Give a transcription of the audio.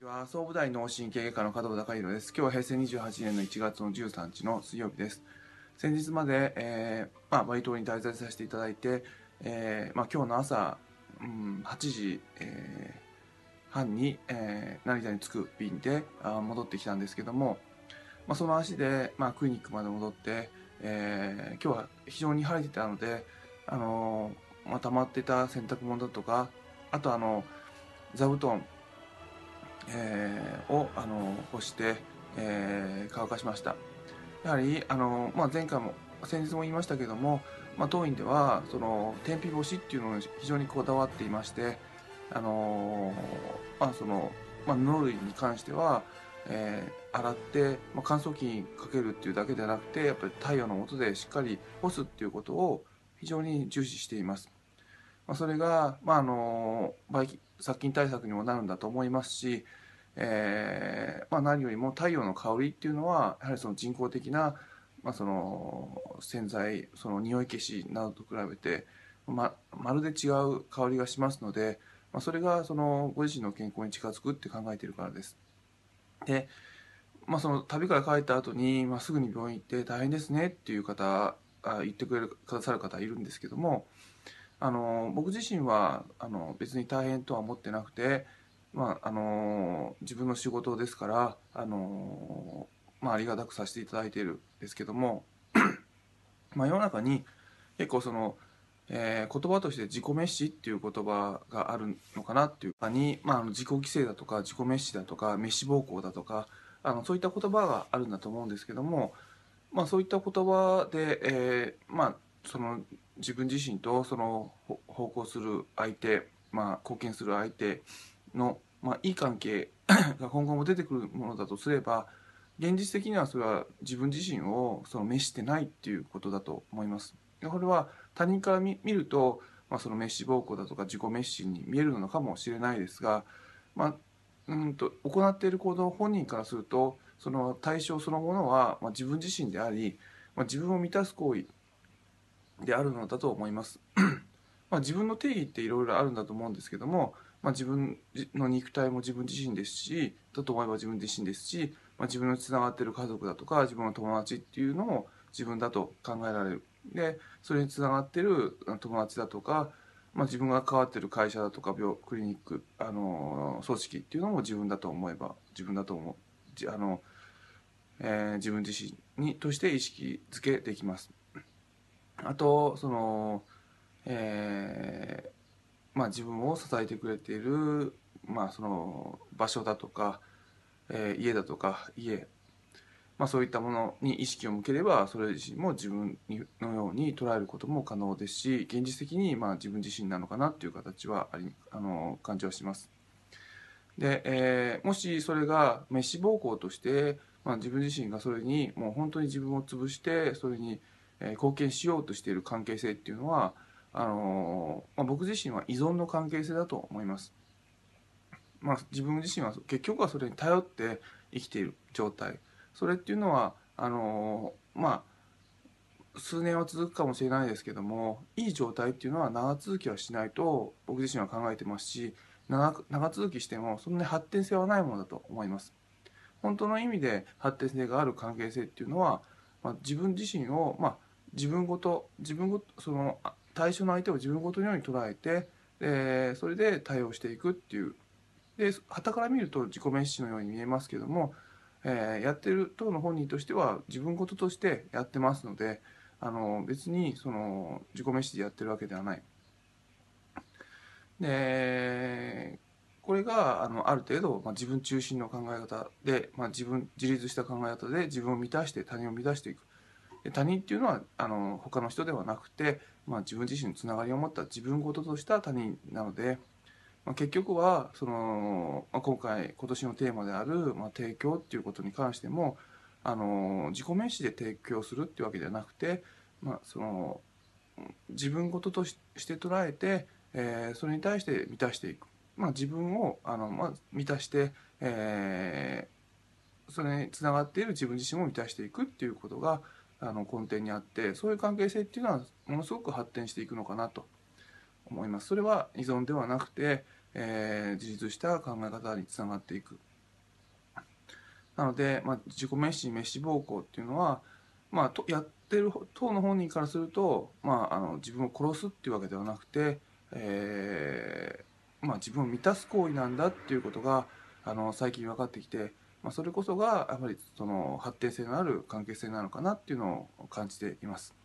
は総武大脳神経外科の加藤孝弘です。今日は平成28年の1月の13日の水曜日です。先日まで、バイトに滞在させていただいて、今日の朝、8時、半に、成田に着く便で戻ってきたんですけども、その足で、クリニックまで戻って、今日は非常に晴れてたので、溜まってた洗濯物だとか、あと座布団を干して、乾かしました。やはり前回も先日も言いましたけども、当院ではその天日干しっていうのに非常にこだわっていまして、布類に関しては、洗って、乾燥機にかけるっていうだけではなくて、やっぱり太陽の下でしっかり干すっていうことを非常に重視しています。それが、殺菌対策にもなるんだと思いますし、何よりも太陽の香りっていうのはやはりその人工的な、その洗剤、その匂い消しなどと比べて、まるで違う香りがしますので、それがそのご自身の健康に近づくって考えているからです。で、その旅から帰った後に、すぐに病院行って大変ですねっていう方、言ってくださる方いるんですけども、僕自身は別に大変とは思ってなくて、自分の仕事ですから、ありがたくさせていただいているんですけども、世の中に結構その、言葉として自己滅死っていう言葉があるのかなっていうかに、自己犠牲だとか自己滅死だとか滅死暴行だとかそういった言葉があるんだと思うんですけども、そういった言葉で、その自分自身とその奉公する相手、貢献する相手の、いい関係が今後も出てくるものだとすれば、現実的にはそれは自分自身をその滅してないっていうことだと思います。これは他人から見ると、その滅死暴行だとか自己滅死に見えるのかもしれないですが、行っている行動本人からするとその対象そのものは、自分自身であり、自分を満たす行為であるのだと思います。自分の定義っていろいろあるんだと思うんですけども、自分の肉体も自分自身ですし、だと思えば自分自身ですし、自分のつながっている家族だとか自分の友達っていうのも自分だと考えられる。でそれにつながっている友達だとか、自分が関わっている会社だとかクリニック、組織っていうのも自分だと思えば自分だと思う。自分自身として意識づけできます。あとその、自分を支えてくれている、その場所だとか、家だとかそういったものに意識を向ければそれ自身も自分のように捉えることも可能ですし、現実的に自分自身なのかなっていう形は感じはします。で、もしそれが滅死暴行として、自分自身がそれにもう本当に自分を潰してそれに貢献しようとしている関係性っていうのは僕自身は依存の関係性だと思います。自分自身は結局はそれに頼って生きている状態、それっていうのは数年は続くかもしれないですけども、いい状態っていうのは長続きはしないと僕自身は考えてますし、長続きしてもそんなに発展性はないものだと思います。本当の意味で発展性がある関係性っていうのは、自分自身を、自分ごとその対象の相手を自分ごとのように捉えて、それで対応していくっていう。で傍から見ると自己滅死のように見えますけども、やってる当の本人としては自分事としてやってますので、別にその自己滅死でやってるわけではない。でこれがある程度、自分中心の考え方で、自立した考え方で自分を満たして他人を満たしていく。で他人っていうのは他の人ではなくて、自分自身のつながりを持った自分事とした他人なので、結局はその、今年のテーマである、提供っていうことに関しても自己滅死で提供するっていうわけではなくて、その自分事として捉えて、それに対して満たしていく、自分を満たして、それにつながっている自分自身を満たしていくっていうことが根底にあって、そういう関係性っていうのはものすごく発展していくのかなと思います。それは依存ではなくて、自立した考え方につながっていく。 なので、自己滅心滅私暴行っていうのは、やってる当の本人からすると、自分を殺すっていうわけではなくて、自分を満たす行為なんだっていうことが最近分かってきて、それこそがやっぱりその発展性のある関係性なのかなっていうのを感じています。